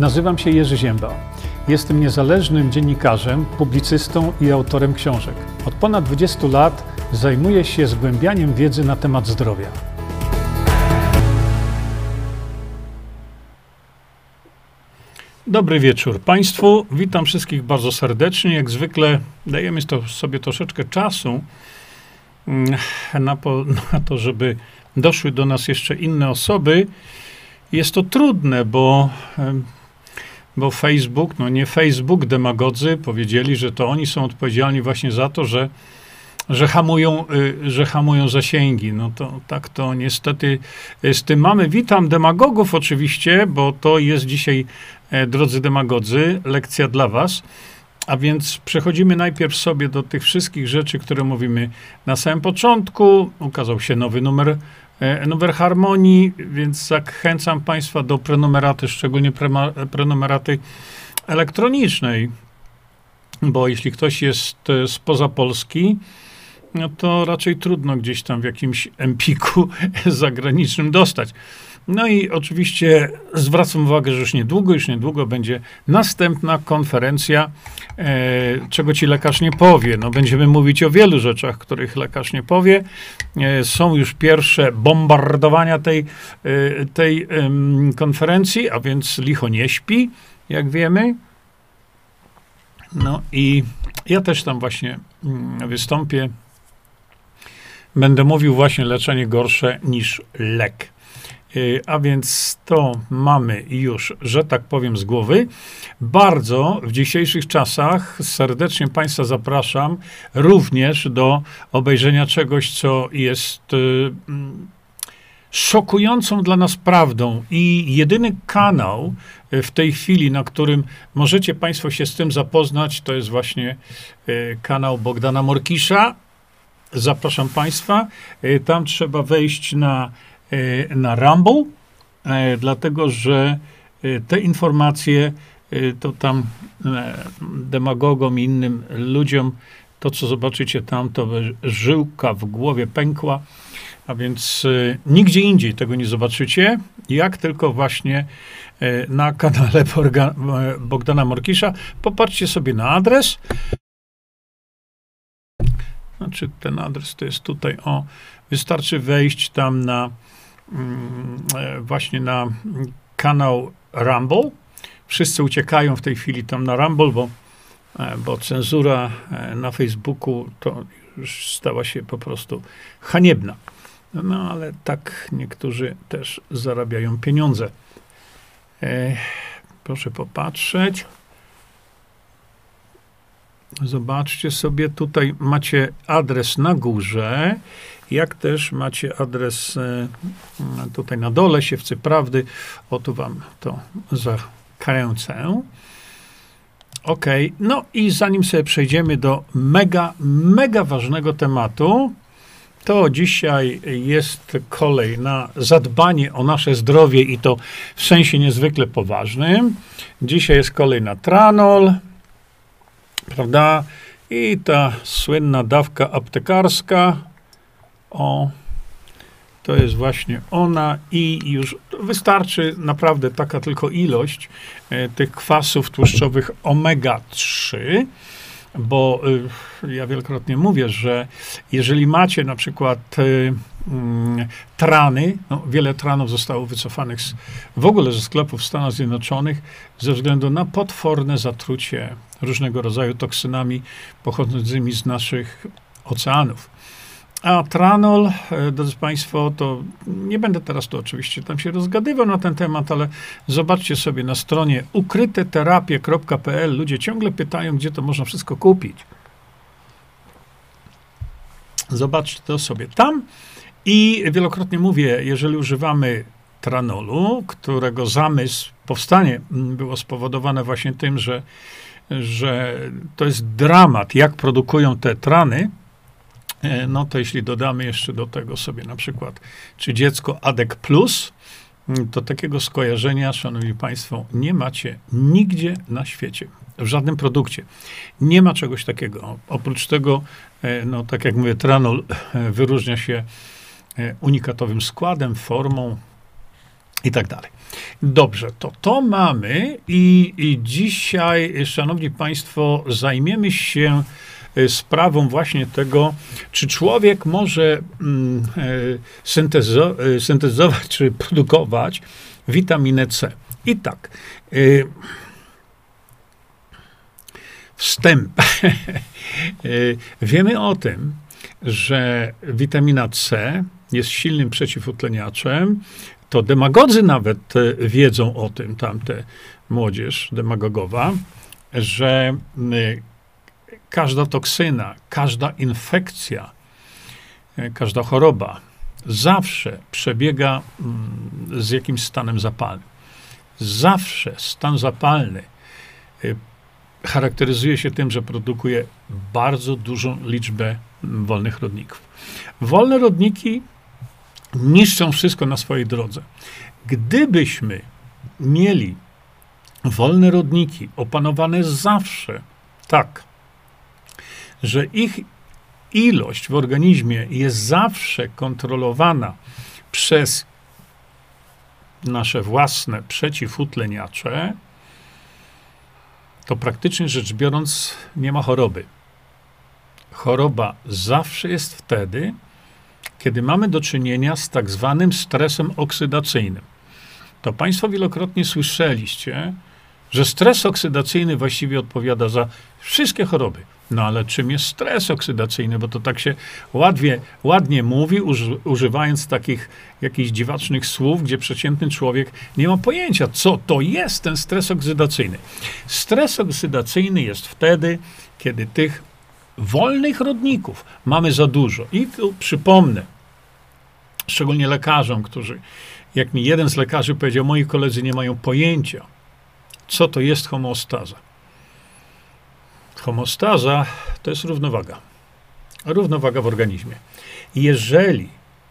Nazywam się Jerzy Ziemba. Jestem niezależnym dziennikarzem, publicystą i autorem książek. Od ponad 20 lat zajmuję się zgłębianiem wiedzy na temat zdrowia. Dobry wieczór Państwu. Witam wszystkich bardzo serdecznie. Jak zwykle dajemy sobie troszeczkę czasu na to, żeby doszły do nas jeszcze inne osoby. Jest to trudne, bo Facebook, nie Facebook, demagodzy powiedzieli, że to oni są odpowiedzialni właśnie za to, że hamują zasięgi. No to tak to niestety z tym mamy. Witam demagogów oczywiście, bo to jest dzisiaj, drodzy demagodzy, lekcja dla was. A więc przechodzimy najpierw sobie do tych wszystkich rzeczy, które mówimy na samym początku. Ukazał się nowy numer Harmonii, więc zachęcam Państwa do prenumeraty, szczególnie prenumeraty elektronicznej, bo jeśli ktoś jest spoza Polski, no to raczej trudno gdzieś tam w jakimś empiku zagranicznym dostać. No i oczywiście zwracam uwagę, że już niedługo będzie następna konferencja, czego ci lekarz nie powie. No, będziemy mówić o wielu rzeczach, których lekarz nie powie. Są już pierwsze bombardowania tej konferencji, a więc licho nie śpi, jak wiemy. No i ja też tam właśnie wystąpię. Będę mówił właśnie leczenie gorsze niż lek. A więc to mamy już, że tak powiem, z głowy. Bardzo w dzisiejszych czasach serdecznie Państwa zapraszam również do obejrzenia czegoś, co jest szokującą dla nas prawdą i jedyny kanał w tej chwili, na którym możecie Państwo się z tym zapoznać, to jest właśnie kanał Bogdana Morkisza. Zapraszam Państwa. Tam trzeba wejść na Rumble, dlatego że te informacje to tam demagogom i innym ludziom, to co zobaczycie tam, to żyłka w głowie pękła, a więc nigdzie indziej tego nie zobaczycie, jak tylko właśnie na kanale Bogdana Morkisza. Popatrzcie sobie na adres. Znaczy ten adres to jest tutaj, wystarczy wejść tam właśnie na kanał Rumble. Wszyscy uciekają w tej chwili tam na Rumble, bo cenzura na Facebooku to już stała się po prostu haniebna. No ale tak niektórzy też zarabiają pieniądze. Proszę popatrzeć. Zobaczcie sobie, tutaj macie adres na górze, jak też macie adres tutaj na dole, Siewcy Prawdy. O, tu wam to zakręcę. Ok, no i zanim sobie przejdziemy do mega ważnego tematu, to dzisiaj jest kolej na zadbanie o nasze zdrowie i to w sensie niezwykle poważnym. Dzisiaj jest kolej na Tranol, prawda? I ta słynna dawka aptekarska, to jest właśnie ona i już wystarczy naprawdę taka tylko ilość tych kwasów tłuszczowych omega-3, bo ja wielokrotnie mówię, że jeżeli macie na przykład trany, wiele tranów zostało wycofanych w ogóle ze sklepów w Stanach Zjednoczonych ze względu na potworne zatrucie różnego rodzaju toksynami pochodzącymi z naszych oceanów. A tranol, drodzy Państwo, to nie będę teraz tu oczywiście tam się rozgadywał na ten temat, ale zobaczcie sobie na stronie ukryteterapie.pl. Ludzie ciągle pytają, gdzie to można wszystko kupić. Zobaczcie to sobie tam. I wielokrotnie mówię, jeżeli używamy tranolu, którego powstanie było spowodowane właśnie tym, że to jest dramat, jak produkują te trany, no to jeśli dodamy jeszcze do tego sobie na przykład, czy dziecko ADEK Plus, to takiego skojarzenia, szanowni państwo, nie macie nigdzie na świecie, w żadnym produkcie. Nie ma czegoś takiego. Oprócz tego, no tak jak mówię, tranol wyróżnia się unikatowym składem, formą, i tak dalej. Dobrze, to mamy i dzisiaj, szanowni państwo, zajmiemy się sprawą właśnie tego, czy człowiek może syntezować, czy produkować witaminę C. I tak, wstęp. Wiemy o tym, że witamina C jest silnym przeciwutleniaczem. To demagodzy nawet wiedzą o tym, tamte młodzież demagogowa, że każda toksyna, każda infekcja, każda choroba zawsze przebiega z jakimś stanem zapalnym. Zawsze stan zapalny charakteryzuje się tym, że produkuje bardzo dużą liczbę wolnych rodników. Wolne rodniki niszczą wszystko na swojej drodze. Gdybyśmy mieli wolne rodniki opanowane zawsze tak, że ich ilość w organizmie jest zawsze kontrolowana przez nasze własne przeciwutleniacze, to praktycznie rzecz biorąc nie ma choroby. Choroba zawsze jest wtedy, kiedy mamy do czynienia z tak zwanym stresem oksydacyjnym. To państwo wielokrotnie słyszeliście, że stres oksydacyjny właściwie odpowiada za wszystkie choroby. No ale czym jest stres oksydacyjny? Bo to tak się ładnie mówi, używając takich jakichś dziwacznych słów, gdzie przeciętny człowiek nie ma pojęcia, co to jest ten stres oksydacyjny. Stres oksydacyjny jest wtedy, kiedy tych wolnych rodników mamy za dużo. I tu przypomnę, szczególnie lekarzom, którzy, jak mi jeden z lekarzy powiedział, moi koledzy nie mają pojęcia, co to jest homeostaza. Homeostaza to jest równowaga. Równowaga w organizmie. Jeżeli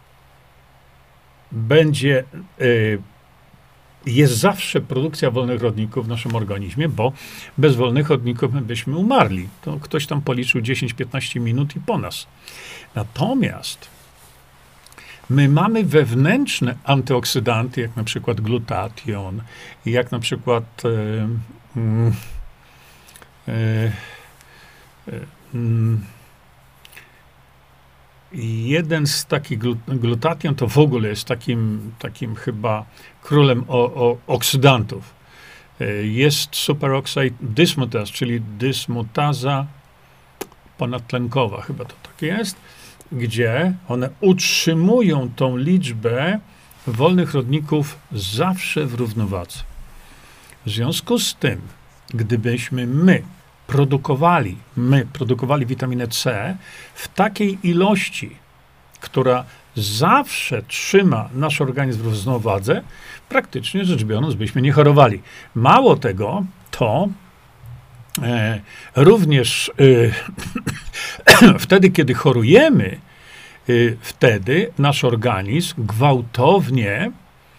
jest zawsze produkcja wolnych rodników w naszym organizmie, bo bez wolnych rodników byśmy umarli. To ktoś tam policzył 10-15 minut i po nas. Natomiast my mamy wewnętrzne antyoksydanty, jak na przykład glutation, jak na przykład jeden z takich, glutation to w ogóle jest takim chyba królem oksydantów. Jest superoxide dismutase, czyli dysmutaza ponadtlenkowa, chyba to tak jest, gdzie one utrzymują tą liczbę wolnych rodników zawsze w równowadze. W związku z tym, gdybyśmy my produkowali witaminę C w takiej ilości, która zawsze trzyma nasz organizm w równowadze, praktycznie rzecz biorąc, byśmy nie chorowali. Mało tego, to również wtedy, kiedy chorujemy, wtedy nasz organizm gwałtownie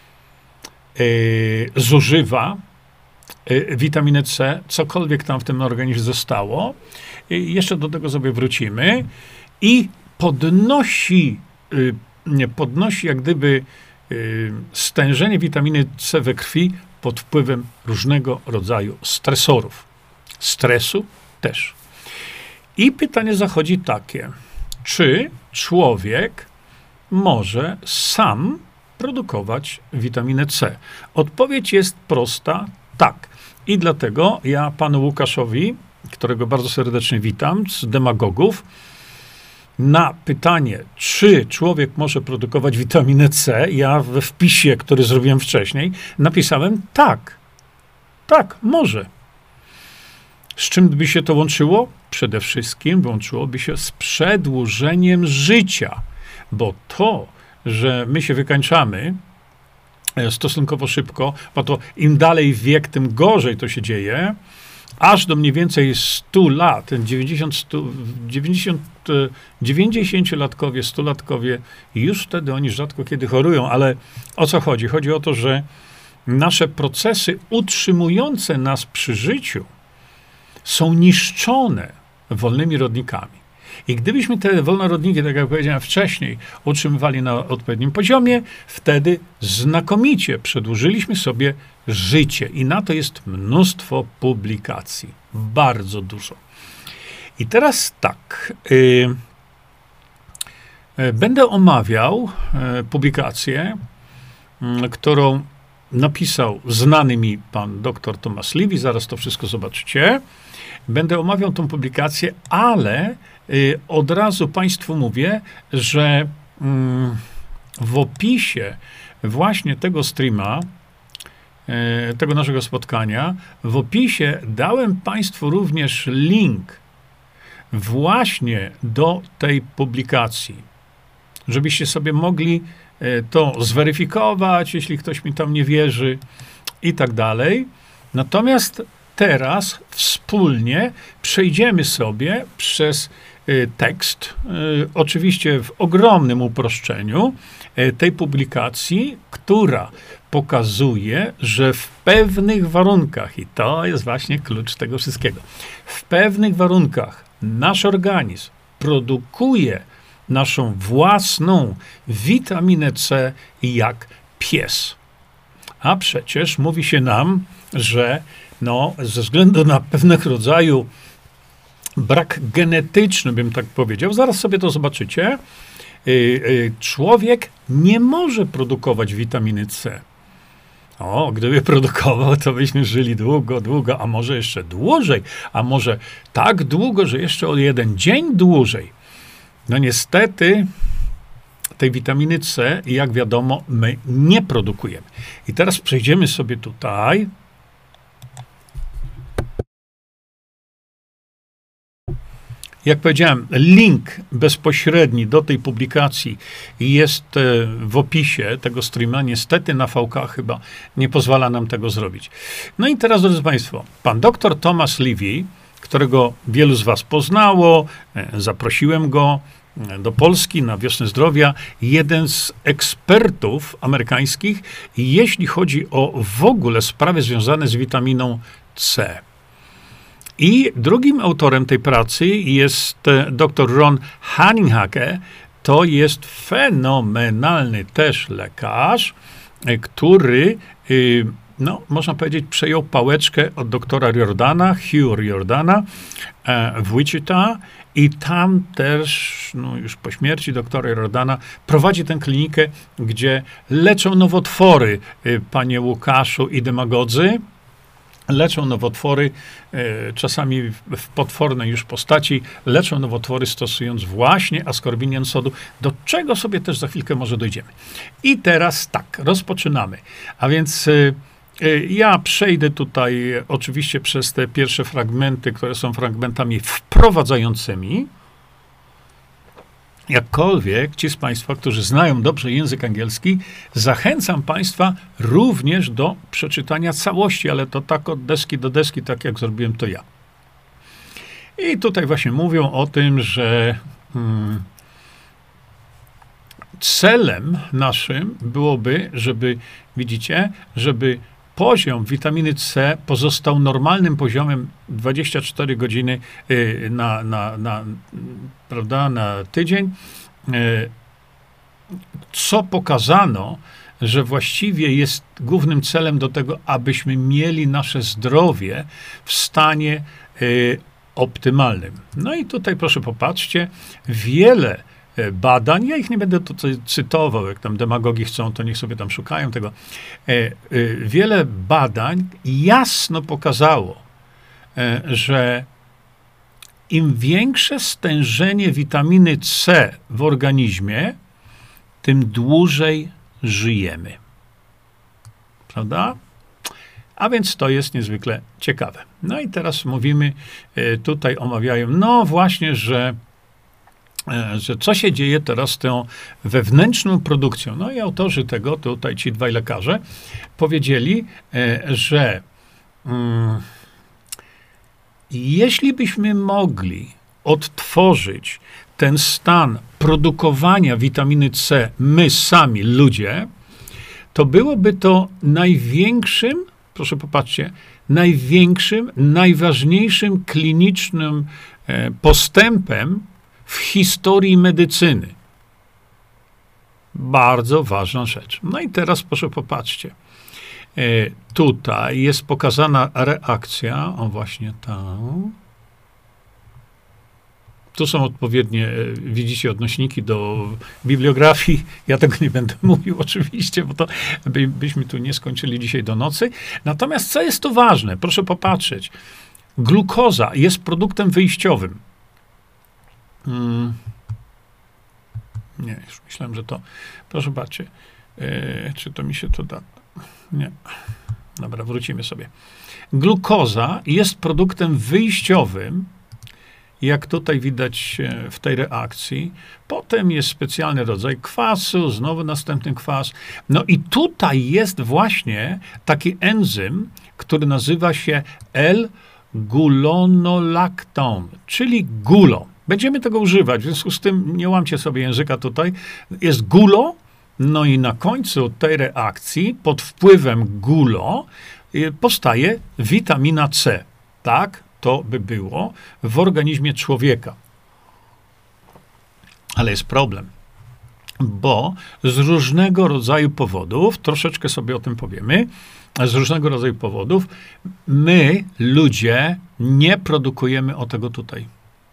zużywa witaminę C, cokolwiek tam w tym organizmie zostało. Jeszcze do tego sobie wrócimy. I podnosi jak gdyby stężenie witaminy C we krwi pod wpływem różnego rodzaju stresorów. Stresu też. I pytanie zachodzi takie, czy człowiek może sam produkować witaminę C? Odpowiedź jest prosta, tak. I dlatego ja panu Łukaszowi, którego bardzo serdecznie witam, z demagogów, na pytanie, czy człowiek może produkować witaminę C, ja we wpisie, który zrobiłem wcześniej, napisałem tak. Tak, może. Z czym by się to łączyło? Przede wszystkim łączyłoby się z przedłużeniem życia, bo to, że my się wykańczamy stosunkowo szybko, bo to im dalej w wiek, tym gorzej to się dzieje, aż do mniej więcej 100 lat, 90-latkowie, 100-latkowie, już wtedy oni rzadko kiedy chorują, ale o co chodzi? Chodzi o to, że nasze procesy utrzymujące nas przy życiu są niszczone wolnymi rodnikami. I gdybyśmy te wolnorodniki, tak jak powiedziałem wcześniej, utrzymywali na odpowiednim poziomie, wtedy znakomicie przedłużyliśmy sobie życie. I na to jest mnóstwo publikacji. Bardzo dużo. I teraz tak. Będę omawiał publikację, którą napisał znany mi pan dr Thomas Levy. Zaraz to wszystko zobaczycie. Będę omawiał tą publikację, ale od razu państwu mówię, że w opisie właśnie tego streama, tego naszego spotkania, w opisie dałem państwu również link właśnie do tej publikacji, żebyście sobie mogli to zweryfikować, jeśli ktoś mi tam nie wierzy i tak dalej. Natomiast teraz wspólnie przejdziemy sobie przez tekst, oczywiście w ogromnym uproszczeniu tej publikacji, która pokazuje, że w pewnych warunkach, i to jest właśnie klucz tego wszystkiego, w pewnych warunkach nasz organizm produkuje naszą własną witaminę C jak pies. A przecież mówi się nam, że ze względu na pewnego rodzaju brak genetyczny, bym tak powiedział, zaraz sobie to zobaczycie, człowiek nie może produkować witaminy C. Gdyby produkował, to byśmy żyli długo, długo, a może jeszcze dłużej, a może tak długo, że jeszcze o 1 dzień dłużej. No niestety tej witaminy C, jak wiadomo, my nie produkujemy. I teraz przejdziemy sobie tutaj. Jak powiedziałem, link bezpośredni do tej publikacji jest w opisie tego streama. Niestety na VK chyba nie pozwala nam tego zrobić. No i teraz, drodzy Państwo, pan dr Thomas Levy, którego wielu z was poznało, zaprosiłem go do Polski na Wiosnę Zdrowia, jeden z ekspertów amerykańskich, jeśli chodzi o w ogóle sprawy związane z witaminą C. I drugim autorem tej pracy jest dr Ron Hanninghake. To jest fenomenalny też lekarz, który, można powiedzieć, przejął pałeczkę od doktora Riordana, Hugh Riordana w Wichita i tam też, już po śmierci doktora Riordana, prowadzi tę klinikę, gdzie leczą nowotwory, panie Łukaszu i demagodzy. Leczą nowotwory, czasami w potwornej już postaci, leczą nowotwory stosując właśnie askorbinian sodu, do czego sobie też za chwilkę może dojdziemy. I teraz tak, rozpoczynamy. A więc ja przejdę tutaj oczywiście przez te pierwsze fragmenty, które są fragmentami wprowadzającymi. Jakkolwiek ci z Państwa, którzy znają dobrze język angielski, zachęcam Państwa również do przeczytania całości, ale to tak od deski do deski, tak jak zrobiłem to ja. I tutaj właśnie mówią o tym, że celem naszym byłoby, żeby poziom witaminy C pozostał normalnym poziomem 24 godziny na tydzień, co pokazano, że właściwie jest głównym celem do tego, abyśmy mieli nasze zdrowie w stanie optymalnym. No i tutaj proszę popatrzcie, wiele badań, ja ich nie będę tutaj cytował, jak tam demagogi chcą, to niech sobie tam szukają tego. Wiele badań jasno pokazało, że im większe stężenie witaminy C w organizmie, tym dłużej żyjemy. Prawda? A więc to jest niezwykle ciekawe. No i teraz mówimy, tutaj omawiają, właśnie, że co się dzieje teraz z tą wewnętrzną produkcją. No i autorzy tego, tutaj ci dwaj lekarze, powiedzieli, że jeśli byśmy mogli odtworzyć ten stan produkowania witaminy C, my sami, ludzie, to byłoby to największym, proszę popatrzcie, największym, najważniejszym klinicznym postępem w historii medycyny. Bardzo ważna rzecz. No i teraz proszę popatrzcie. Tutaj jest pokazana reakcja, o właśnie tam. Tu są odpowiednie, widzicie, odnośniki do bibliografii. Ja tego nie będę mówił oczywiście, bo to byśmy tu nie skończyli dzisiaj do nocy. Natomiast co jest tu ważne? Proszę popatrzeć. Glukoza jest produktem wyjściowym. Nie, już myślałem, że to... Proszę patrzcie. Czy to mi się to da? Nie. Dobra, wrócimy sobie. Glukoza jest produktem wyjściowym, jak tutaj widać w tej reakcji. Potem jest specjalny rodzaj kwasu, znowu następny kwas. No i tutaj jest właśnie taki enzym, który nazywa się L-gulonolacton, czyli gulo. Będziemy tego używać, w związku z tym nie łamcie sobie języka tutaj. Jest gulo, no i na końcu tej reakcji pod wpływem gulo powstaje witamina C. Tak to by było w organizmie człowieka. Ale jest problem, bo z różnego rodzaju powodów, troszeczkę sobie o tym powiemy, z różnego rodzaju powodów, my, ludzie, nie produkujemy tego tutaj.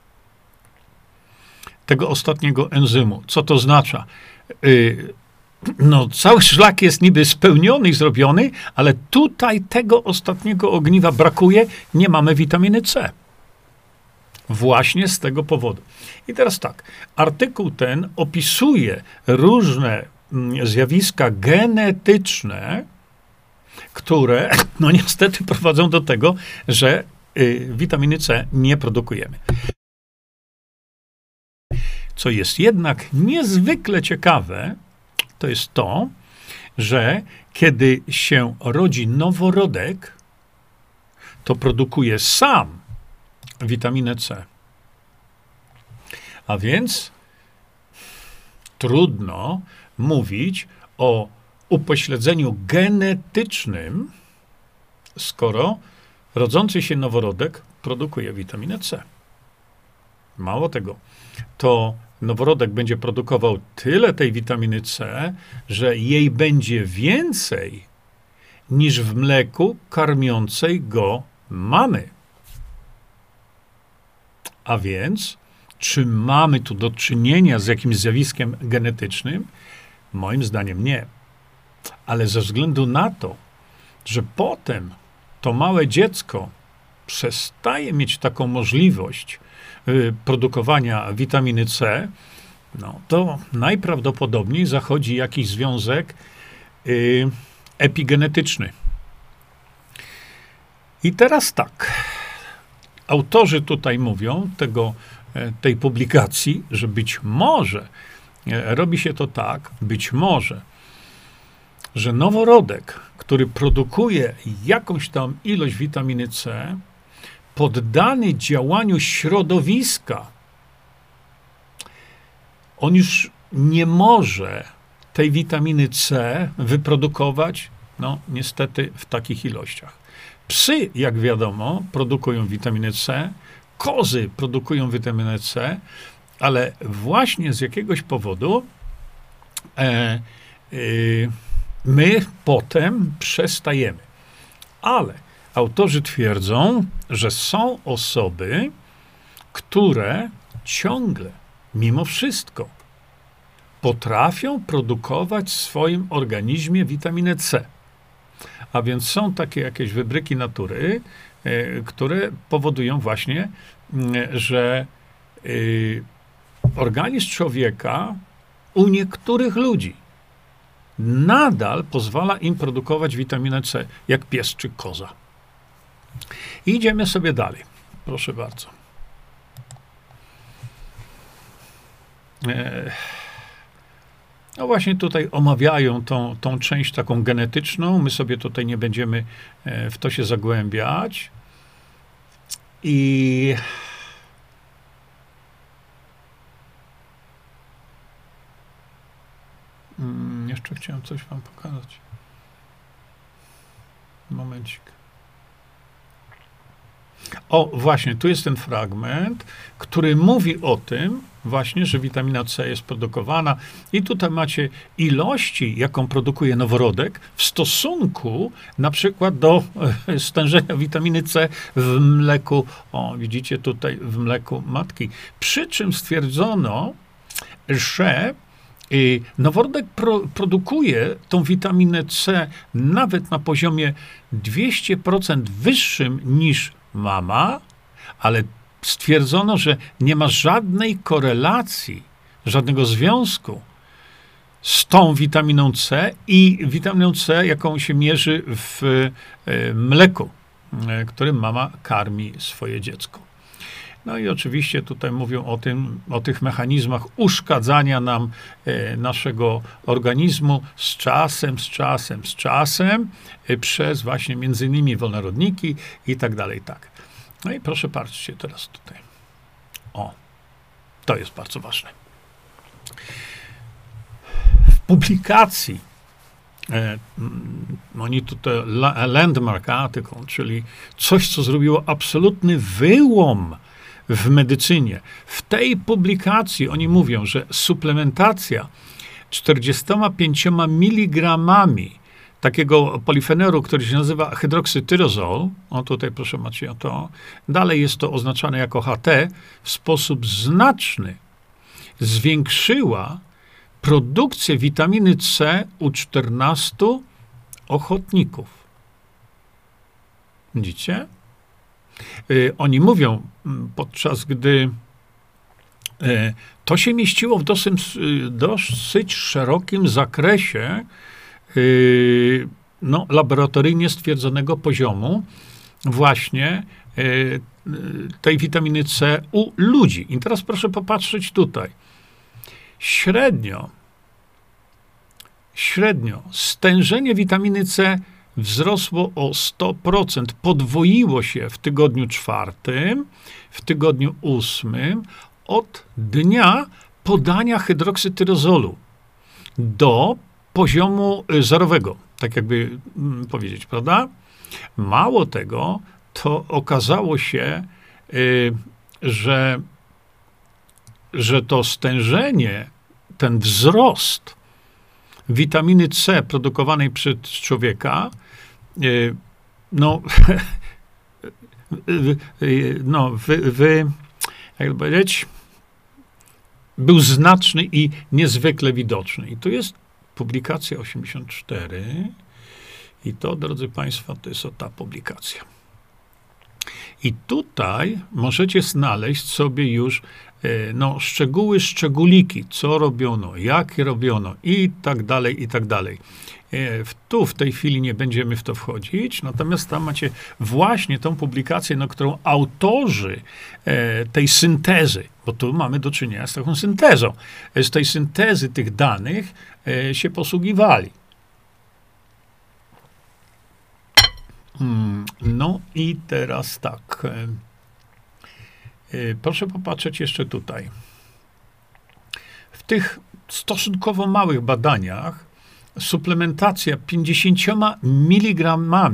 Tego ostatniego enzymu. Co to oznacza? No, cały szlak jest niby spełniony i zrobiony, ale tutaj tego ostatniego ogniwa brakuje, nie mamy witaminy C. Właśnie z tego powodu. I teraz tak, artykuł ten opisuje różne zjawiska genetyczne, które, no niestety prowadzą do tego, że witaminy C nie produkujemy. Co jest jednak niezwykle ciekawe, to jest to, że kiedy się rodzi noworodek, to produkuje sam witaminę C. A więc trudno mówić o upośledzeniu genetycznym, skoro rodzący się noworodek produkuje witaminę C. Mało tego, to noworodek będzie produkował tyle tej witaminy C, że jej będzie więcej niż w mleku karmiącej go mamy. A więc, czy mamy tu do czynienia z jakimś zjawiskiem genetycznym? Moim zdaniem nie. Ale ze względu na to, że potem to małe dziecko przestaje mieć taką możliwość produkowania witaminy C, no to najprawdopodobniej zachodzi jakiś związek epigenetyczny. I teraz tak, autorzy tutaj mówią tej publikacji, że być może robi się to tak, być może, że noworodek, który produkuje jakąś tam ilość witaminy C, poddany działaniu środowiska, on już nie może tej witaminy C wyprodukować, no niestety w takich ilościach. Psy, jak wiadomo, produkują witaminę C, kozy produkują witaminę C, ale właśnie z jakiegoś powodu my potem przestajemy. Ale autorzy twierdzą, że są osoby, które ciągle, mimo wszystko, potrafią produkować w swoim organizmie witaminę C. A więc są takie jakieś wybryki natury, które powodują właśnie, że organizm człowieka u niektórych ludzi nadal pozwala im produkować witaminę C, jak pies czy koza. I idziemy sobie dalej. Proszę bardzo. No właśnie tutaj omawiają tą część taką genetyczną. My sobie tutaj nie będziemy w to się zagłębiać. I jeszcze chciałem coś wam pokazać. Momencik. O, właśnie, tu jest ten fragment, który mówi o tym właśnie, że witamina C jest produkowana i tutaj macie ilości, jaką produkuje noworodek w stosunku na przykład do stężenia witaminy C w mleku, o, widzicie tutaj, w mleku matki. Przy czym stwierdzono, że noworodek produkuje tą witaminę C nawet na poziomie 200% wyższym niż mama, ale stwierdzono, że nie ma żadnej korelacji, żadnego związku z tą witaminą C i witaminą C, jaką się mierzy w mleku, którym mama karmi swoje dziecko. No i oczywiście tutaj mówią o tych mechanizmach uszkadzania nam naszego organizmu z czasem, przez właśnie między innymi wolnorodniki i tak dalej, tak. No i proszę patrzcie teraz tutaj. O, to jest bardzo ważne. W publikacji oni tutaj landmark article, czyli coś, co zrobiło absolutny wyłom w medycynie. W tej publikacji oni mówią, że suplementacja 45 mg takiego polifenoru, który się nazywa hydroksytyrozol, o tutaj proszę macie o to, dalej jest to oznaczane jako HT, w sposób znaczny zwiększyła produkcję witaminy C u 14 ochotników. Widzicie? Oni mówią, podczas gdy to się mieściło w dosyć szerokim zakresie laboratoryjnie stwierdzonego poziomu właśnie tej witaminy C u ludzi. I teraz proszę popatrzeć tutaj. Średnio stężenie witaminy C wzrosło o 100%, podwoiło się w tygodniu 4, w tygodniu 8 od dnia podania hydroksytyrozolu do poziomu zerowego, tak jakby powiedzieć, prawda? Mało tego, to okazało się, że to stężenie, ten wzrost witaminy C produkowanej przez człowieka, jak powiedzieć, był znaczny i niezwykle widoczny. I tu jest publikacja 84 i to, drodzy Państwo, to jest ta publikacja. I tutaj możecie znaleźć sobie już szczegóły, szczególiki, co robiono, jakie robiono i tak dalej, i tak dalej. Tu w tej chwili nie będziemy w to wchodzić, natomiast tam macie właśnie tą publikację, którą autorzy tej syntezy, bo tu mamy do czynienia z taką syntezą, z tej syntezy tych danych się posługiwali. No i teraz tak. Proszę popatrzeć jeszcze tutaj. W tych stosunkowo małych badaniach suplementacja 50 mg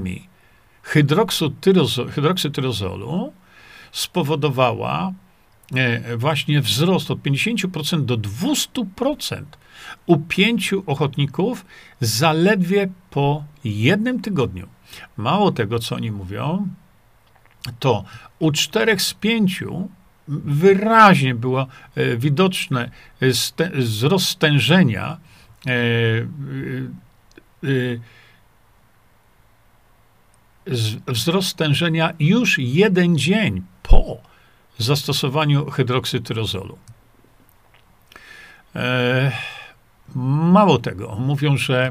hydroksytyrozolu spowodowała właśnie wzrost od 50% do 200% u 5 ochotników zaledwie po 1 tygodniu. Mało tego, co oni mówią, to u 4 z 5 wyraźnie było widoczne wzrost stężenia już 1 dzień po zastosowaniu hydroksytyrozolu. Mało tego, mówią, że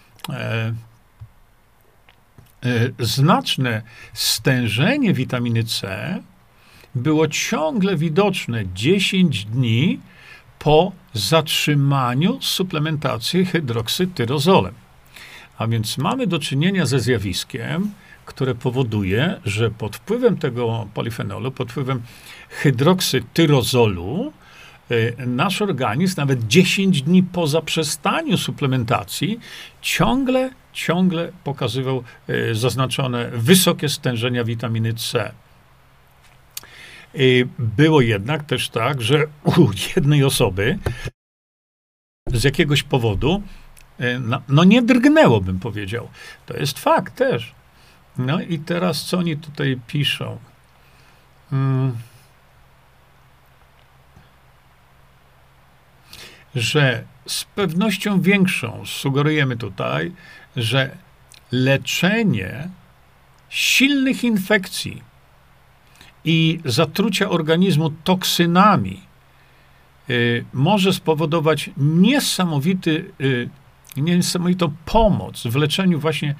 znaczne stężenie witaminy C było ciągle widoczne 10 dni po zatrzymaniu suplementacji hydroksytyrozolem. A więc mamy do czynienia ze zjawiskiem, które powoduje, że pod wpływem tego polifenolu, pod wpływem hydroksytyrozolu, nasz organizm nawet 10 dni po zaprzestaniu suplementacji ciągle pokazywał zaznaczone wysokie stężenia witaminy C. Było jednak też tak, że u jednej osoby z jakiegoś powodu no nie drgnęło, bym powiedział. To jest fakt też. No i teraz co oni tutaj piszą? Że z pewnością większą sugerujemy tutaj, że leczenie silnych infekcji i zatrucia organizmu toksynami może spowodować niesamowitą pomoc w leczeniu właśnie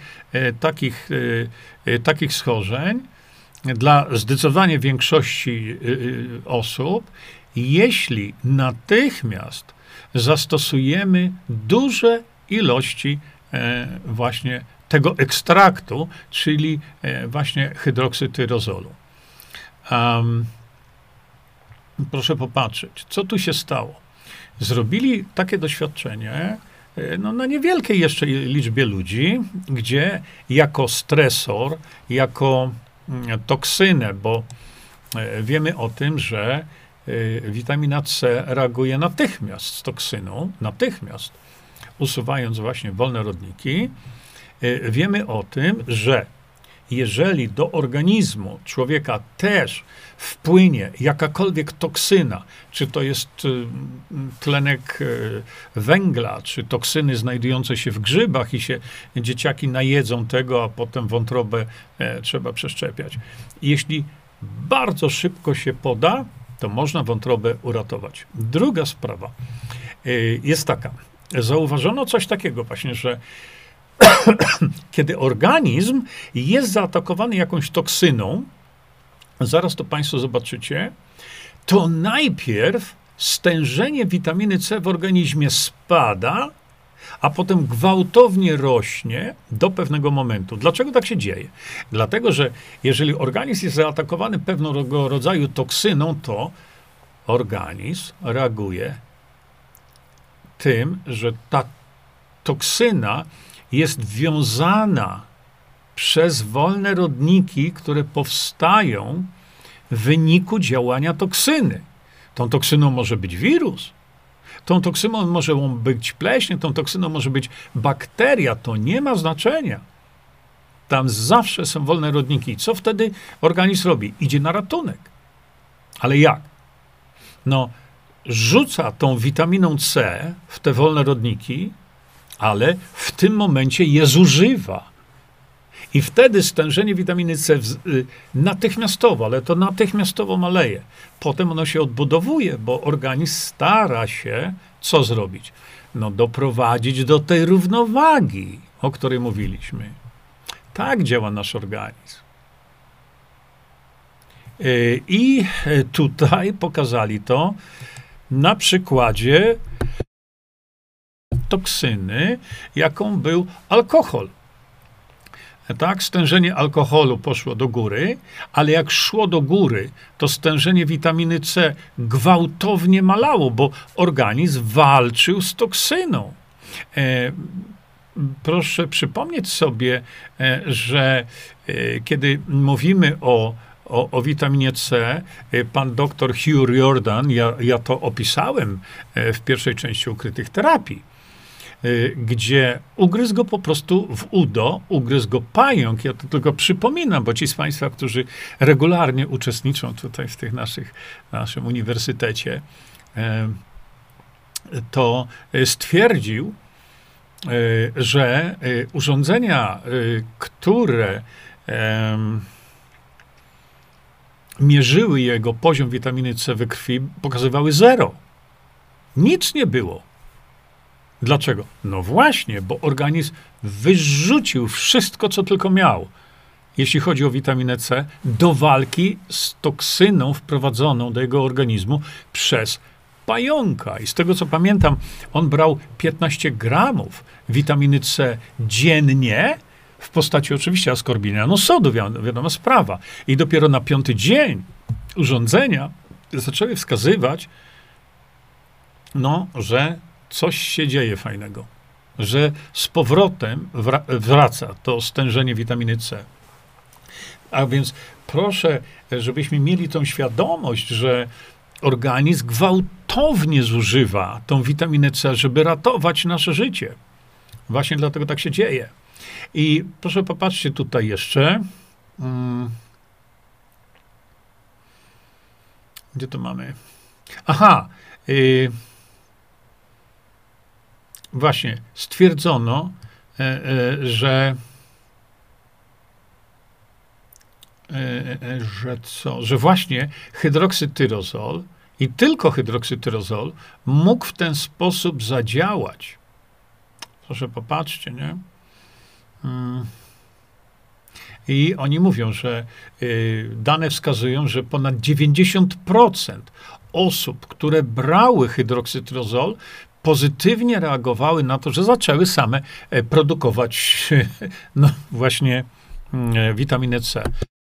takich schorzeń dla zdecydowanie większości osób, jeśli natychmiast zastosujemy duże ilości właśnie tego ekstraktu, czyli właśnie hydroksytyrozolu. Proszę popatrzeć, co tu się stało. Zrobili takie doświadczenie no, na niewielkiej jeszcze liczbie ludzi, gdzie jako stresor, jako toksynę, bo wiemy o tym, że witamina C reaguje natychmiast z toksyną, natychmiast usuwając właśnie wolne rodniki. Wiemy o tym, że jeżeli do organizmu człowieka też wpłynie jakakolwiek toksyna, czy to jest tlenek węgla, czy toksyny znajdujące się w grzybach i się dzieciaki najedzą tego, a potem wątrobę trzeba przeszczepiać. Jeśli bardzo szybko się poda, to można wątrobę uratować. Druga sprawa jest taka. Zauważono coś takiego właśnie, że kiedy organizm jest zaatakowany jakąś toksyną, zaraz to Państwo zobaczycie, to najpierw stężenie witaminy C w organizmie spada, a potem gwałtownie rośnie do pewnego momentu. Dlaczego tak się dzieje? Dlatego, że jeżeli organizm jest zaatakowany pewnego rodzaju toksyną, to organizm reaguje tym, że ta toksyna jest wiązana przez wolne rodniki, które powstają w wyniku działania toksyny. Tą toksyną może być wirus, tą toksyną może być pleśń, tą toksyną może być bakteria, to nie ma znaczenia. Tam zawsze są wolne rodniki. I co wtedy organizm robi? Idzie na ratunek. Ale jak? No, rzuca tą witaminą C w te wolne rodniki, ale w tym momencie je zużywa. I wtedy stężenie witaminy C natychmiastowo, ale to natychmiastowo maleje. Potem ono się odbudowuje, bo organizm stara się co zrobić? No doprowadzić do tej równowagi, o której mówiliśmy. Tak działa nasz organizm. I tutaj pokazali to na przykładzie toksyny, jaką był alkohol. Tak, stężenie alkoholu poszło do góry, ale jak szło do góry, to stężenie witaminy C gwałtownie malało, bo organizm walczył z toksyną. Proszę przypomnieć sobie, że kiedy mówimy o witaminie C, pan dr Hugh Riordan, ja to opisałem w pierwszej części ukrytych terapii, gdzie ugryzł go po prostu w udo, ugryzł go pająk. Ja to tylko przypominam, bo ci z Państwa, którzy regularnie uczestniczą tutaj w tych naszym uniwersytecie, to stwierdził, że urządzenia, które mierzyły jego poziom witaminy C we krwi, pokazywały 0. Nic nie było. Dlaczego? No właśnie, bo organizm wyrzucił wszystko, co tylko miał, jeśli chodzi o witaminę C, do walki z toksyną wprowadzoną do jego organizmu przez pająka. I z tego, co pamiętam, on brał 15 gramów witaminy C dziennie, w postaci oczywiście askorbinianu sodu, wiadoma sprawa. I dopiero na 5. dzień urządzenia zaczęły wskazywać, no, że coś się dzieje fajnego, że z powrotem wraca to stężenie witaminy C. A więc proszę, żebyśmy mieli tą świadomość, że organizm gwałtownie zużywa tą witaminę C, żeby ratować nasze życie. Właśnie dlatego tak się dzieje. I proszę popatrzcie tutaj jeszcze. Gdzie to mamy? Aha. Właśnie stwierdzono, że że właśnie hydroksytyrozol i tylko hydroksytyrozol mógł w ten sposób zadziałać. Proszę popatrzcie, nie? I oni mówią, że dane wskazują, że ponad 90% osób, które brały hydroksytyrozol, pozytywnie reagowały na to, że zaczęły same produkować no właśnie witaminę C.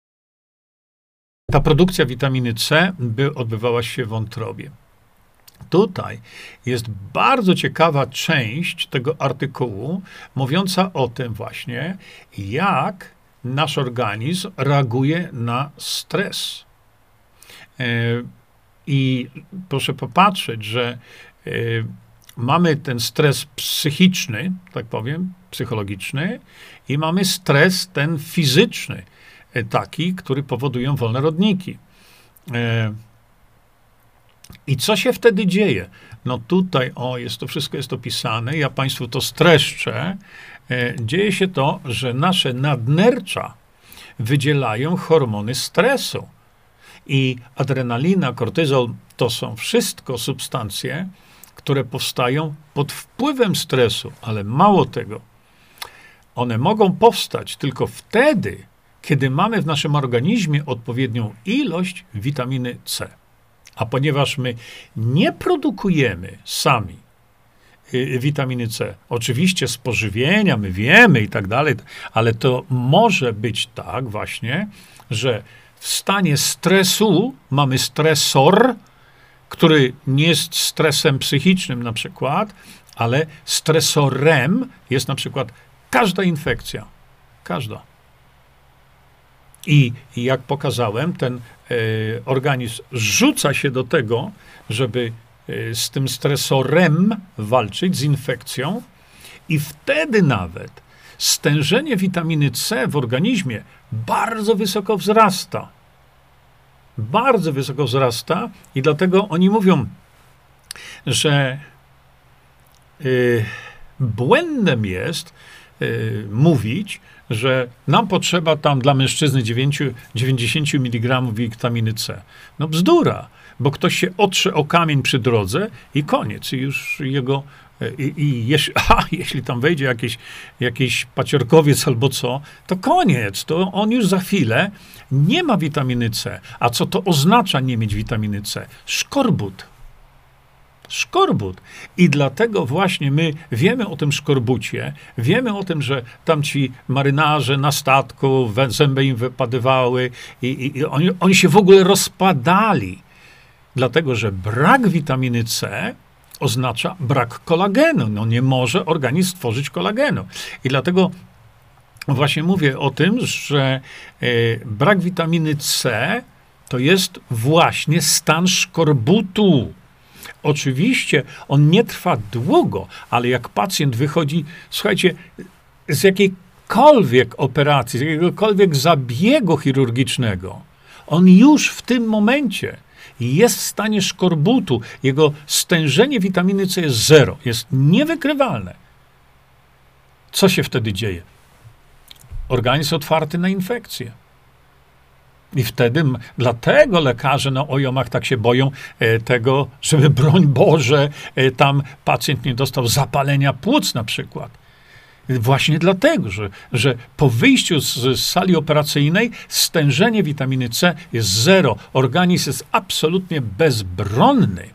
Ta produkcja witaminy C odbywała się w wątrobie. Tutaj jest bardzo ciekawa część tego artykułu, mówiąca o tym właśnie, jak nasz organizm reaguje na stres. I proszę popatrzeć, że mamy ten stres psychiczny, tak powiem, psychologiczny, i mamy stres ten fizyczny, taki, który powodują wolne rodniki. I co się wtedy dzieje? No tutaj, to wszystko jest opisane, ja Państwu to streszczę. Dzieje się to, że nasze nadnercza wydzielają hormony stresu. I adrenalina, kortyzol to są wszystko substancje, które powstają pod wpływem stresu, ale mało tego. One mogą powstać tylko wtedy, kiedy mamy w naszym organizmie odpowiednią ilość witaminy C. A ponieważ my nie produkujemy sami witaminy C, oczywiście z pożywienia, my wiemy i tak dalej, ale to może być tak właśnie, że w stanie stresu mamy stresor, który nie jest stresem psychicznym na przykład, ale stresorem jest na przykład każda infekcja. Każda. I jak pokazałem, ten organizm rzuca się do tego, żeby z tym stresorem walczyć, z infekcją, i wtedy nawet stężenie witaminy C w organizmie bardzo wysoko wzrasta. Bardzo wysoko wzrasta i dlatego oni mówią, że błędem jest mówić, że nam potrzeba tam dla mężczyzny 90 mg witaminy C. No bzdura, bo ktoś się otrze o kamień przy drodze i koniec. I już jego... jeśli tam wejdzie jakiś paciorkowiec albo co, to koniec. To on już za chwilę nie ma witaminy C. A co to oznacza nie mieć witaminy C? Szkorbut. Szkorbut. I dlatego właśnie my wiemy o tym szkorbucie, wiemy o tym, że tam ci marynarze na statku, zęby im wypadywały i oni się w ogóle rozpadali. Dlatego, że brak witaminy C oznacza brak kolagenu. No nie może organizm stworzyć kolagenu. I dlatego właśnie mówię o tym, że brak witaminy C to jest właśnie stan szkorbutu. Oczywiście on nie trwa długo, ale jak pacjent wychodzi, słuchajcie, z jakiejkolwiek operacji, z jakiegokolwiek zabiegu chirurgicznego, on już w tym momencie jest w stanie szkorbutu. Jego stężenie witaminy C jest 0, jest niewykrywalne. Co się wtedy dzieje? Organizm otwarty na infekcję. I wtedy, dlatego lekarze na OJOM-ach tak się boją tego, żeby broń Boże, tam pacjent nie dostał zapalenia płuc na przykład. Właśnie dlatego, że po wyjściu z sali operacyjnej stężenie witaminy C jest 0. Organizm jest absolutnie bezbronny.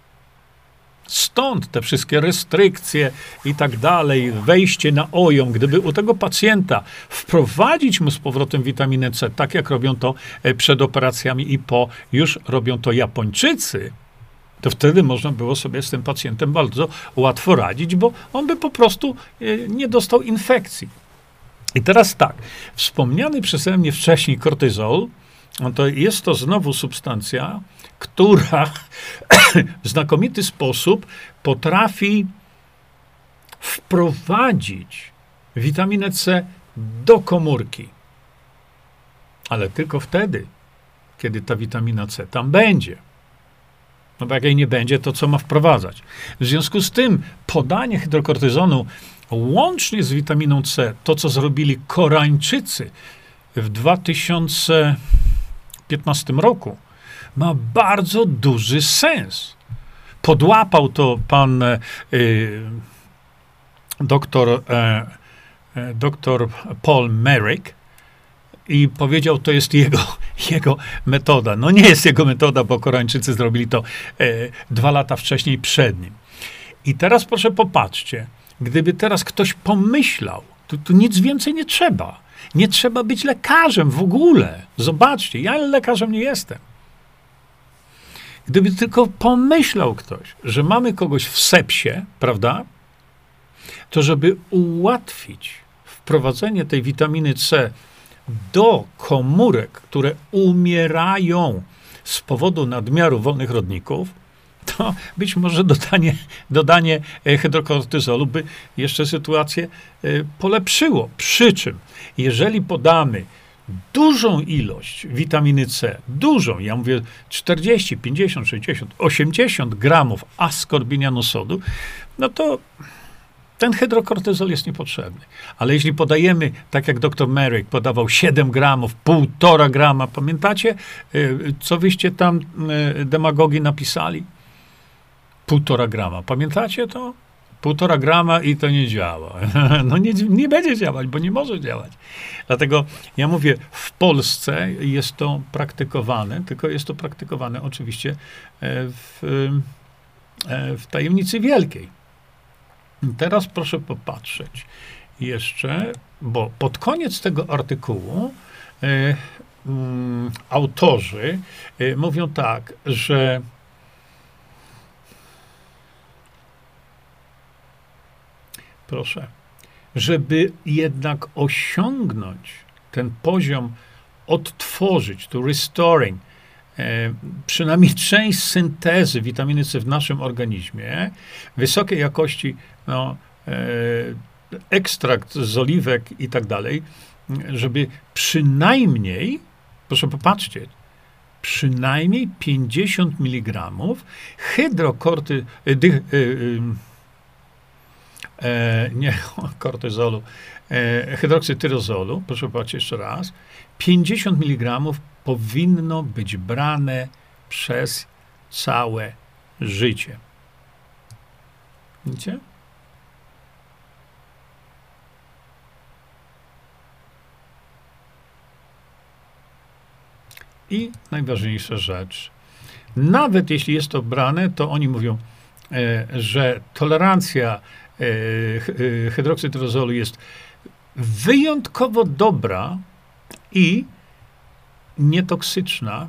Stąd te wszystkie restrykcje i tak dalej, wejście na OJOM, gdyby u tego pacjenta wprowadzić mu z powrotem witaminę C, tak jak robią to przed operacjami i po, już robią to Japończycy, to wtedy można było sobie z tym pacjentem bardzo łatwo radzić, bo on by po prostu nie dostał infekcji. I teraz tak, wspomniany przeze mnie wcześniej kortyzol no to jest to znowu substancja, która w znakomity sposób potrafi wprowadzić witaminę C do komórki. Ale tylko wtedy, kiedy ta witamina C tam będzie. No bo jak jej nie będzie, to co ma wprowadzać? W związku z tym podanie hydrokortyzonu łącznie z witaminą C, to co zrobili Koreańczycy w 2015 roku, ma bardzo duży sens. Podłapał to pan doktor Paul Merrick i powiedział, to jest jego metoda. No nie jest jego metoda, bo Koreańczycy zrobili to 2 lata wcześniej przed nim. I teraz proszę popatrzcie, gdyby teraz ktoś pomyślał, tu nic więcej nie trzeba. Nie trzeba być lekarzem w ogóle. Zobaczcie, ja lekarzem nie jestem. Gdyby tylko pomyślał ktoś, że mamy kogoś w sepsie, prawda, to żeby ułatwić wprowadzenie tej witaminy C do komórek, które umierają z powodu nadmiaru wolnych rodników, to być może dodanie hydrokortyzolu by jeszcze sytuację polepszyło. Przy czym, jeżeli podamy dużą ilość witaminy C, dużą, ja mówię 40, 50, 60, 80 gramów askorbinianu sodu, no to ten hydrokortyzol jest niepotrzebny. Ale jeśli podajemy, tak jak dr Merrick podawał 7 gramów, 1,5 grama, pamiętacie, co wyście tam demagogi napisali? 1,5 grama. Pamiętacie to? 1,5 grama i to nie działa. No nie będzie działać, bo nie może działać. Dlatego ja mówię, w Polsce jest to praktykowane, tylko jest to praktykowane oczywiście w tajemnicy wielkiej. Teraz proszę popatrzeć jeszcze, bo pod koniec tego artykułu autorzy mówią tak, że proszę, żeby jednak osiągnąć ten poziom, odtworzyć, to restoring, przynajmniej część syntezy witaminy C w naszym organizmie, wysokiej jakości ekstrakt z oliwek i tak dalej, żeby przynajmniej, proszę popatrzcie, przynajmniej 50 mg kortyzolu, hydroksytyrozolu, proszę popatrzeć jeszcze raz, 50 mg powinno być brane przez całe życie. Widzicie? I najważniejsza rzecz, nawet jeśli jest to brane, to oni mówią, że tolerancja hydroksytyrozolu jest wyjątkowo dobra i nietoksyczna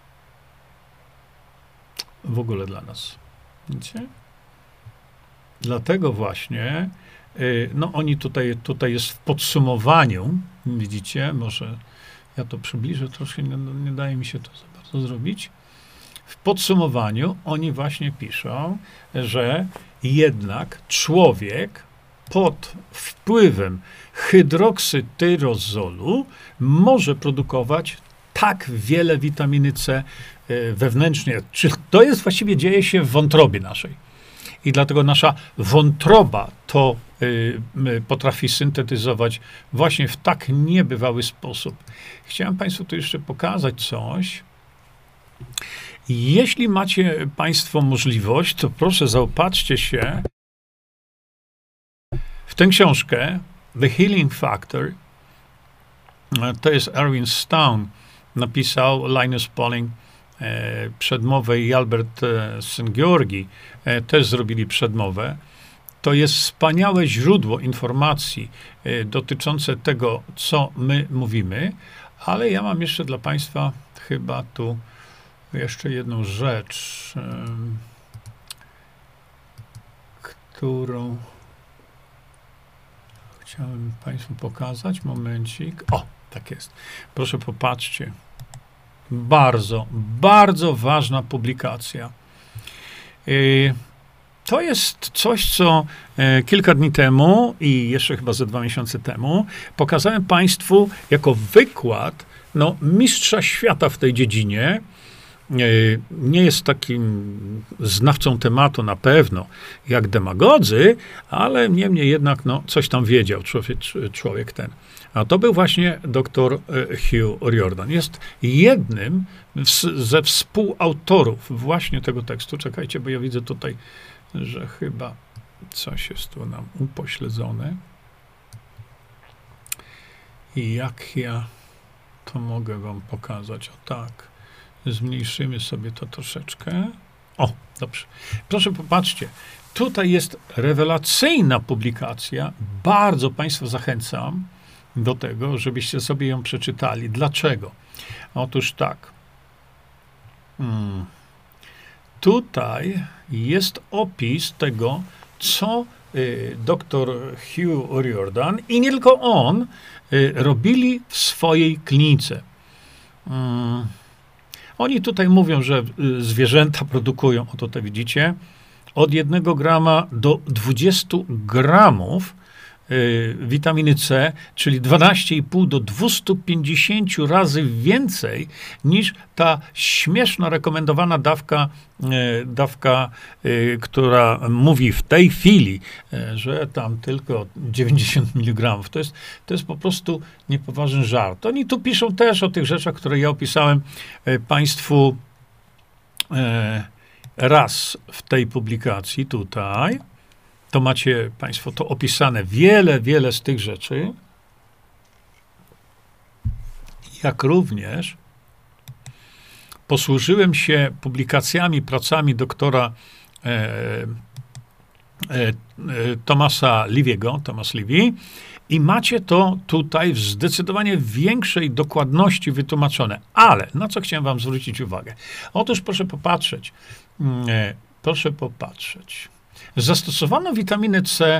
w ogóle dla nas. Widzicie? Dlatego właśnie, no oni tutaj jest w podsumowaniu, widzicie, może ja to przybliżę troszkę, nie daje mi się to za bardzo zrobić. W podsumowaniu oni właśnie piszą, że jednak człowiek pod wpływem hydroksytyrozolu może produkować tak wiele witaminy C wewnętrznie. Czy to jest właściwie dzieje się w wątrobie naszej. I dlatego nasza wątroba to potrafi syntetyzować właśnie w tak niebywały sposób. Chciałem Państwu tu jeszcze pokazać coś. Jeśli macie Państwo możliwość, to proszę zaopatrzcie się w tę książkę The Healing Factor. To jest Erwin Stone. Napisał Linus Pauling przedmowę i Albert Szent-Georgi też zrobili przedmowę. To jest wspaniałe źródło informacji dotyczące tego, co my mówimy, ale ja mam jeszcze dla Państwa chyba tu jeszcze jedną rzecz, którą chciałem Państwu pokazać. Momencik. O, tak jest. Proszę popatrzcie. Bardzo, bardzo ważna publikacja. To jest coś, co kilka dni temu i jeszcze chyba ze 2 miesiące temu pokazałem Państwu jako wykład mistrza świata w tej dziedzinie. Nie jest takim znawcą tematu na pewno jak demagodzy, ale niemniej jednak coś tam wiedział człowiek ten. A to był właśnie dr Hugh Riordan. Jest jednym ze współautorów właśnie tego tekstu. Czekajcie, bo ja widzę tutaj, że chyba coś jest tu nam upośledzone. I jak ja to mogę wam pokazać? O tak. Zmniejszymy sobie to troszeczkę. O, dobrze. Proszę, popatrzcie. Tutaj jest rewelacyjna publikacja. Bardzo Państwa zachęcam do tego, żebyście sobie ją przeczytali. Dlaczego? Otóż tak. Tutaj jest opis tego, co dr Hugh Riordan i nie tylko on robili w swojej klinice. Oni tutaj mówią, że zwierzęta produkują, oto to widzicie, od 1 grama do 20 gramów witaminy C, czyli 12,5 do 250 razy więcej niż ta śmieszna rekomendowana dawka, która mówi w tej chwili, że tam tylko 90 mg. To jest po prostu niepoważny żart. Oni tu piszą też o tych rzeczach, które ja opisałem Państwu raz w tej publikacji tutaj. To macie Państwo to opisane, wiele z tych rzeczy, jak również posłużyłem się publikacjami, pracami doktora Thomasa Levy'ego, Thomas Levy, i macie to tutaj w zdecydowanie większej dokładności wytłumaczone. Ale na co chciałem wam zwrócić uwagę? Otóż proszę popatrzeć. Zastosowano witaminę C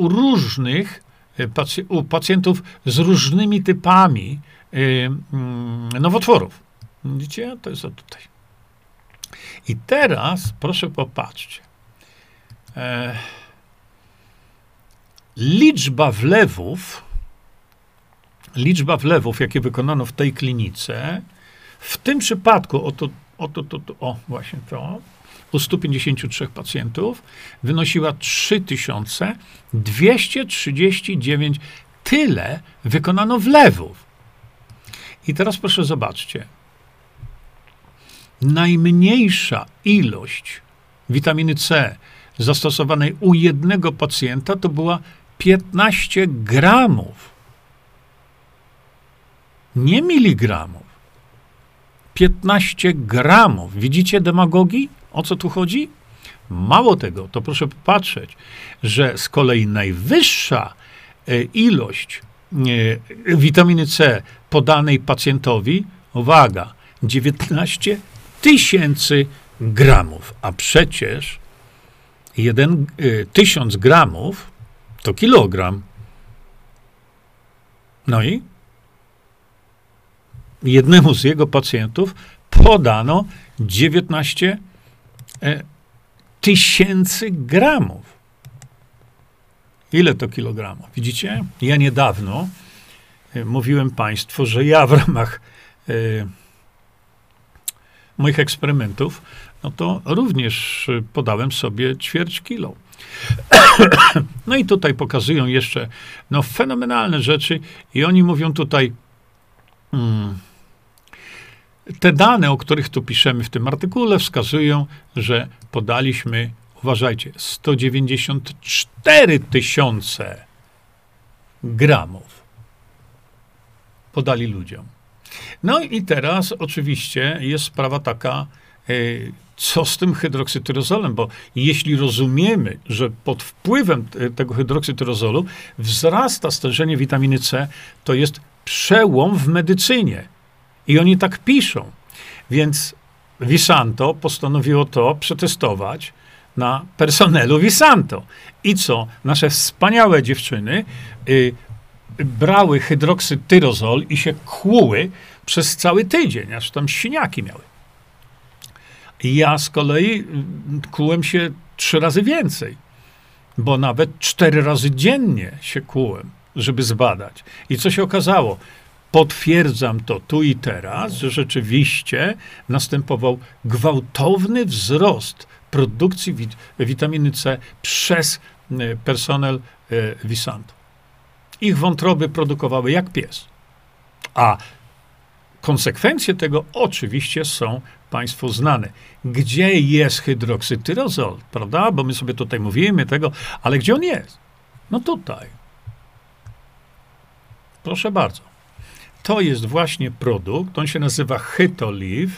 u pacjentów z różnymi typami nowotworów. Widzicie? To jest tutaj. I teraz proszę popatrzcie. Liczba wlewów, jakie wykonano w tej klinice, w tym przypadku, właśnie to, u 153 pacjentów wynosiła 3239. Tyle wykonano wlewów. I teraz proszę zobaczcie. Najmniejsza ilość witaminy C zastosowanej u jednego pacjenta to była 15 gramów. Nie miligramów. 15 gramów. Widzicie demagogii? O co tu chodzi? Mało tego, to proszę popatrzeć, że z kolei najwyższa ilość witaminy C podanej pacjentowi, uwaga, 19 000 gramów, a przecież 1000 gramów to kilogram. No i jednemu z jego pacjentów podano 19 000 gramów. Ile to kilogramów? Widzicie? Ja niedawno mówiłem Państwu, że ja w ramach moich eksperymentów, no to również podałem sobie ćwierć kilo. No i tutaj pokazują jeszcze fenomenalne rzeczy i oni mówią tutaj te dane, o których tu piszemy w tym artykule, wskazują, że podaliśmy, uważajcie, 194 000 gramów podali ludziom. No i teraz oczywiście jest sprawa taka, co z tym hydroksytyrozolem, bo jeśli rozumiemy, że pod wpływem tego hydroksytyrozolu wzrasta stężenie witaminy C, to jest przełom w medycynie. I oni tak piszą. Więc Visanto postanowiło to przetestować na personelu Visanto. I co? Nasze wspaniałe dziewczyny brały hydroksytyrozol i się kłuły przez cały tydzień, aż tam siniaki miały. Ja z kolei kłułem się 3 razy więcej, bo nawet 4 razy dziennie się kłułem, żeby zbadać. I co się okazało? Potwierdzam to tu i teraz, że rzeczywiście następował gwałtowny wzrost produkcji witaminy C przez personel Visantu. Ich wątroby produkowały jak pies. A konsekwencje tego oczywiście są Państwu znane. Gdzie jest hydroksytyrozol, prawda? Bo my sobie tutaj mówimy tego, ale gdzie on jest? No tutaj. Proszę bardzo. To jest właśnie produkt, on się nazywa Hytoliv.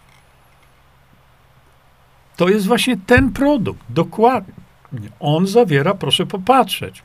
To jest właśnie ten produkt, dokładnie. On zawiera, proszę popatrzeć,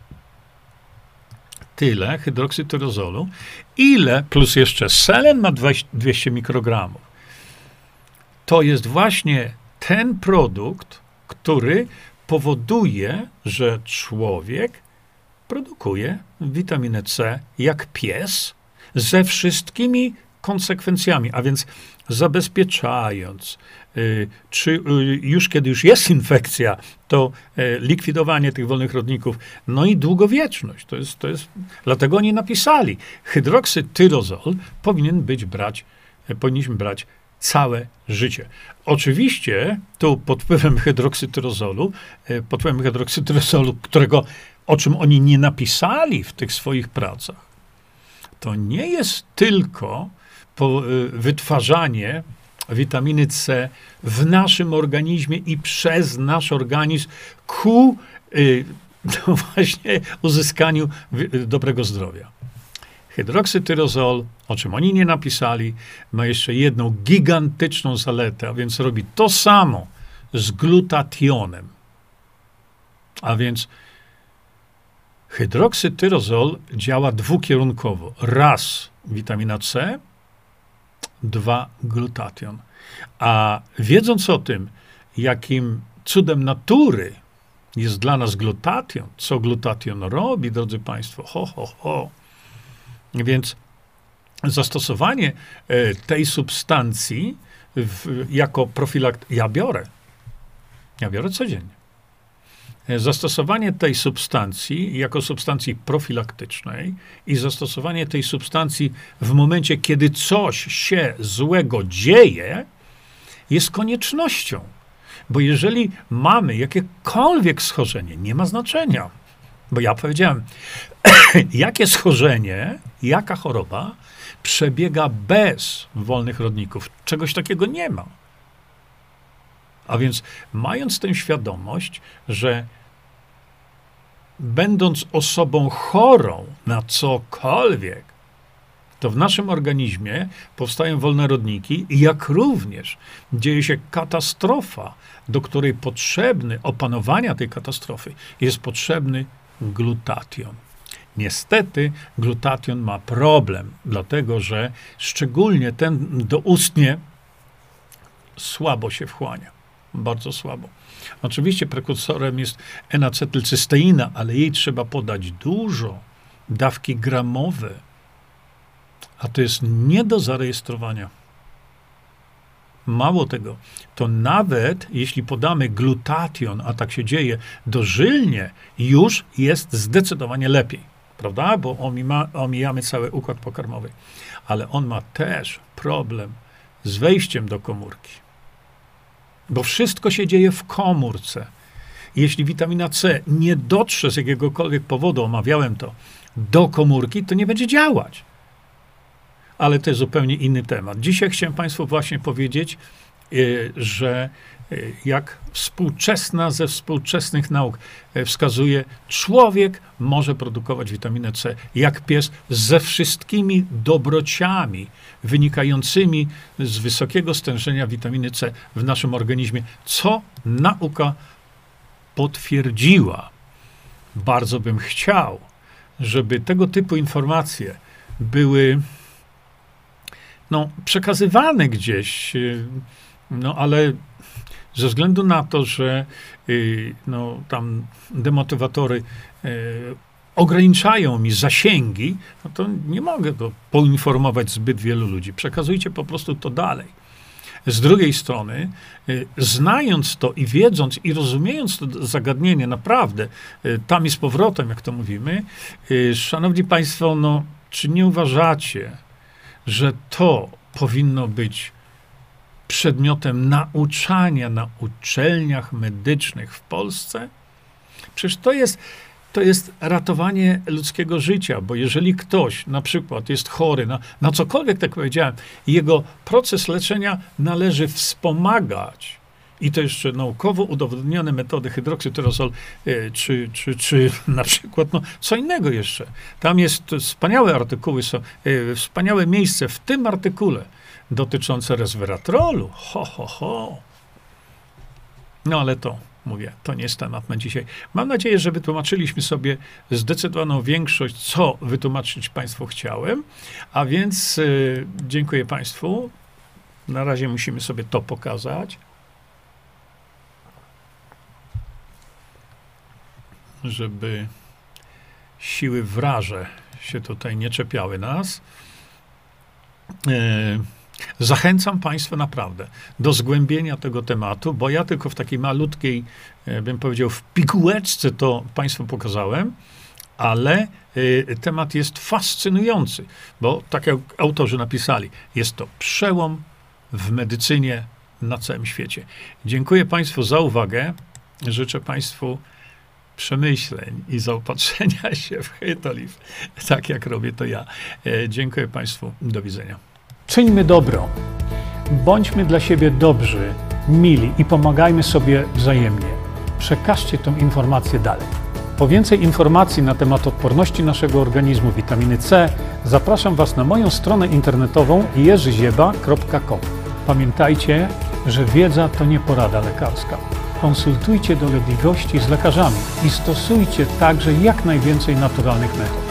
tyle hydroksytyrozolu, ile, plus jeszcze selen ma 200 mikrogramów. To jest właśnie ten produkt, który powoduje, że człowiek produkuje witaminę C jak pies ze wszystkimi konsekwencjami, a więc zabezpieczając, czy już kiedy już jest infekcja, to likwidowanie tych wolnych rodników, no i długowieczność. Dlatego oni napisali, hydroksytyrozol powinniśmy brać całe życie. Oczywiście tu pod wpływem hydroksytyrozolu, o czym oni nie napisali w tych swoich pracach, to nie jest tylko wytwarzanie witaminy C w naszym organizmie i przez nasz organizm ku no właśnie uzyskaniu dobrego zdrowia. Hydroksytyrozol, o czym oni nie napisali, ma jeszcze jedną gigantyczną zaletę, a więc robi to samo z glutationem. A więc hydroksytyrozol działa dwukierunkowo. Raz witamina C, 2 glutation. A wiedząc o tym, jakim cudem natury jest dla nas glutation, co glutation robi, drodzy Państwo, Więc zastosowanie tej substancji jako ja biorę codziennie. Zastosowanie tej substancji jako substancji profilaktycznej i zastosowanie tej substancji w momencie, kiedy coś się złego dzieje, jest koniecznością. Bo jeżeli mamy jakiekolwiek schorzenie, nie ma znaczenia. Bo ja powiedziałem, jakie schorzenie, jaka choroba przebiega bez wolnych rodników. Czegoś takiego nie ma. A więc mając tę świadomość, że będąc osobą chorą na cokolwiek, to w naszym organizmie powstają wolne rodniki, jak również dzieje się katastrofa, do której opanowania tej katastrofy jest potrzebny glutation. Niestety glutation ma problem, dlatego że szczególnie ten doustnie słabo się wchłania. Bardzo słabo. Oczywiście prekursorem jest N-acetylcysteina, ale jej trzeba podać dużo, dawki gramowe, a to jest nie do zarejestrowania. Mało tego, to nawet jeśli podamy glutation, a tak się dzieje dożylnie, już jest zdecydowanie lepiej, prawda? Bo omijamy cały układ pokarmowy. Ale on ma też problem z wejściem do komórki. Bo wszystko się dzieje w komórce. Jeśli witamina C nie dotrze z jakiegokolwiek powodu, omawiałem to, do komórki, to nie będzie działać. Ale to jest zupełnie inny temat. Dzisiaj chciałem Państwu właśnie powiedzieć, że jak współczesna ze współczesnych nauk wskazuje, człowiek może produkować witaminę C jak pies ze wszystkimi dobrociami wynikającymi z wysokiego stężenia witaminy C w naszym organizmie, co nauka potwierdziła. Bardzo bym chciał, żeby tego typu informacje były przekazywane gdzieś, ale ze względu na to, że tam demotywatory ograniczają mi zasięgi, no to nie mogę poinformować zbyt wielu ludzi. Przekazujcie po prostu to dalej. Z drugiej strony, znając to i wiedząc i rozumiejąc to zagadnienie naprawdę tam i z powrotem, jak to mówimy, szanowni państwo, no, czy nie uważacie, że to powinno być przedmiotem nauczania na uczelniach medycznych w Polsce? Przecież to jest ratowanie ludzkiego życia, bo jeżeli ktoś na przykład jest chory na cokolwiek, tak powiedziałem, jego proces leczenia należy wspomagać, i to jeszcze naukowo udowodnione metody hydroksytyrozol, czy na przykład, no, co innego jeszcze. Tam jest wspaniałe artykuły, są wspaniałe miejsce w tym artykule dotyczące resveratrolu. No ale to, mówię, to nie jest temat na dzisiaj. Mam nadzieję, że wytłumaczyliśmy sobie zdecydowaną większość, co wytłumaczyć Państwu chciałem. A więc dziękuję Państwu. Na razie musimy sobie to pokazać, żeby siły wraże się tutaj nie czepiały nas. Zachęcam Państwa naprawdę do zgłębienia tego tematu, bo ja tylko w takiej malutkiej, bym powiedział, w pigułeczce to Państwu pokazałem, ale temat jest fascynujący, bo tak jak autorzy napisali, jest to przełom w medycynie na całym świecie. Dziękuję Państwu za uwagę. Życzę Państwu przemyśleń i zaopatrzenia się w Hytoliv, tak jak robię to ja. Dziękuję Państwu. Do widzenia. Czyńmy dobro. Bądźmy dla siebie dobrzy, mili i pomagajmy sobie wzajemnie. Przekażcie tę informację dalej. Po więcej informacji na temat odporności naszego organizmu, witaminy C, zapraszam Was na moją stronę internetową jerzyzieba.com. Pamiętajcie, że wiedza to nie porada lekarska. Konsultujcie dolegliwości z lekarzami i stosujcie także jak najwięcej naturalnych metod.